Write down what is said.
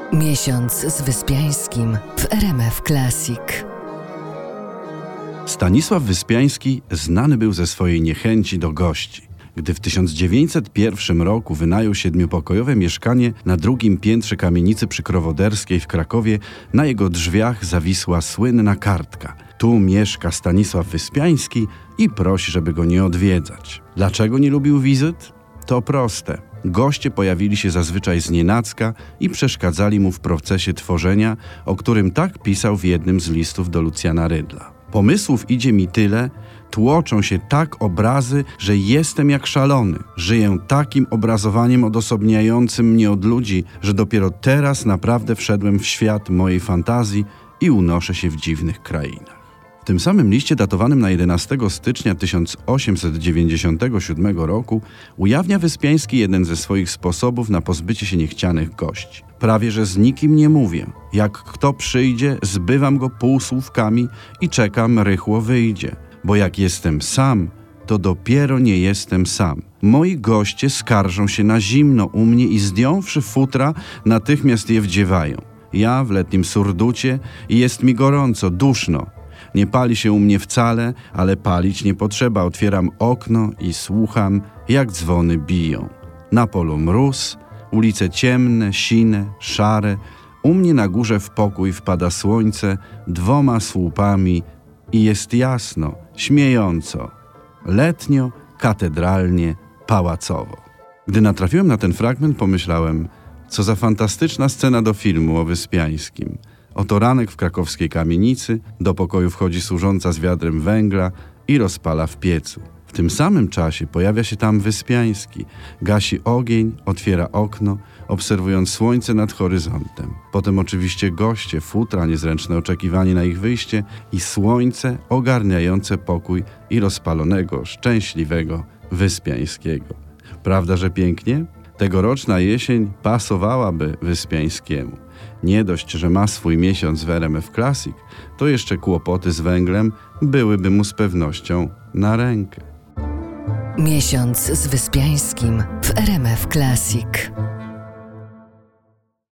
Miesiąc z Wyspiańskim w RMF Classic. Stanisław Wyspiański znany był ze swojej niechęci do gości. Gdy w 1901 roku wynajął 7-pokojowe mieszkanie na drugim piętrze kamienicy przykrowoderskiej w Krakowie, na jego drzwiach zawisła słynna kartka: tu mieszka Stanisław Wyspiański i prosi, żeby go nie odwiedzać. Dlaczego nie lubił wizyt? To proste. Goście pojawili się zazwyczaj znienacka i przeszkadzali mu w procesie tworzenia, o którym tak pisał w jednym z listów do Lucjana Rydla. Pomysłów idzie mi tyle, tłoczą się tak obrazy, że jestem jak szalony. Żyję takim obrazowaniem odosobniającym mnie od ludzi, że dopiero teraz naprawdę wszedłem w świat mojej fantazji i unoszę się w dziwnych krainach. W tym samym liście datowanym na 11 stycznia 1897 roku ujawnia Wyspiański jeden ze swoich sposobów na pozbycie się niechcianych gości. Prawie że z nikim nie mówię. Jak kto przyjdzie, zbywam go półsłówkami i czekam, rychło wyjdzie. Bo jak jestem sam, to dopiero nie jestem sam. Moi goście skarżą się na zimno u mnie i zdjąwszy futra, natychmiast je wdziewają. Ja w letnim surducie i jest mi gorąco, duszno. Nie pali się u mnie wcale, ale palić nie potrzeba. Otwieram okno i słucham, jak dzwony biją. Na polu mróz, ulice ciemne, sine, szare. U mnie na górze w pokój wpada słońce 2 słupami i jest jasno, śmiejąco. Letnio, katedralnie, pałacowo. Gdy natrafiłem na ten fragment, pomyślałem, co za fantastyczna scena do filmu o Wyspiańskim. Oto ranek w krakowskiej kamienicy, do pokoju wchodzi służąca z wiadrem węgla i rozpala w piecu. W tym samym czasie pojawia się tam Wyspiański, gasi ogień, otwiera okno, obserwując słońce nad horyzontem. Potem oczywiście goście, futra, niezręczne oczekiwanie na ich wyjście i słońce ogarniające pokój i rozpalonego, szczęśliwego Wyspiańskiego. Prawda, że pięknie? Tegoroczna jesień pasowałaby Wyspiańskiemu. Nie dość, że ma swój miesiąc w RMF Classic, to jeszcze kłopoty z węglem byłyby mu z pewnością na rękę. Miesiąc z Wyspiańskim w RMF Classic.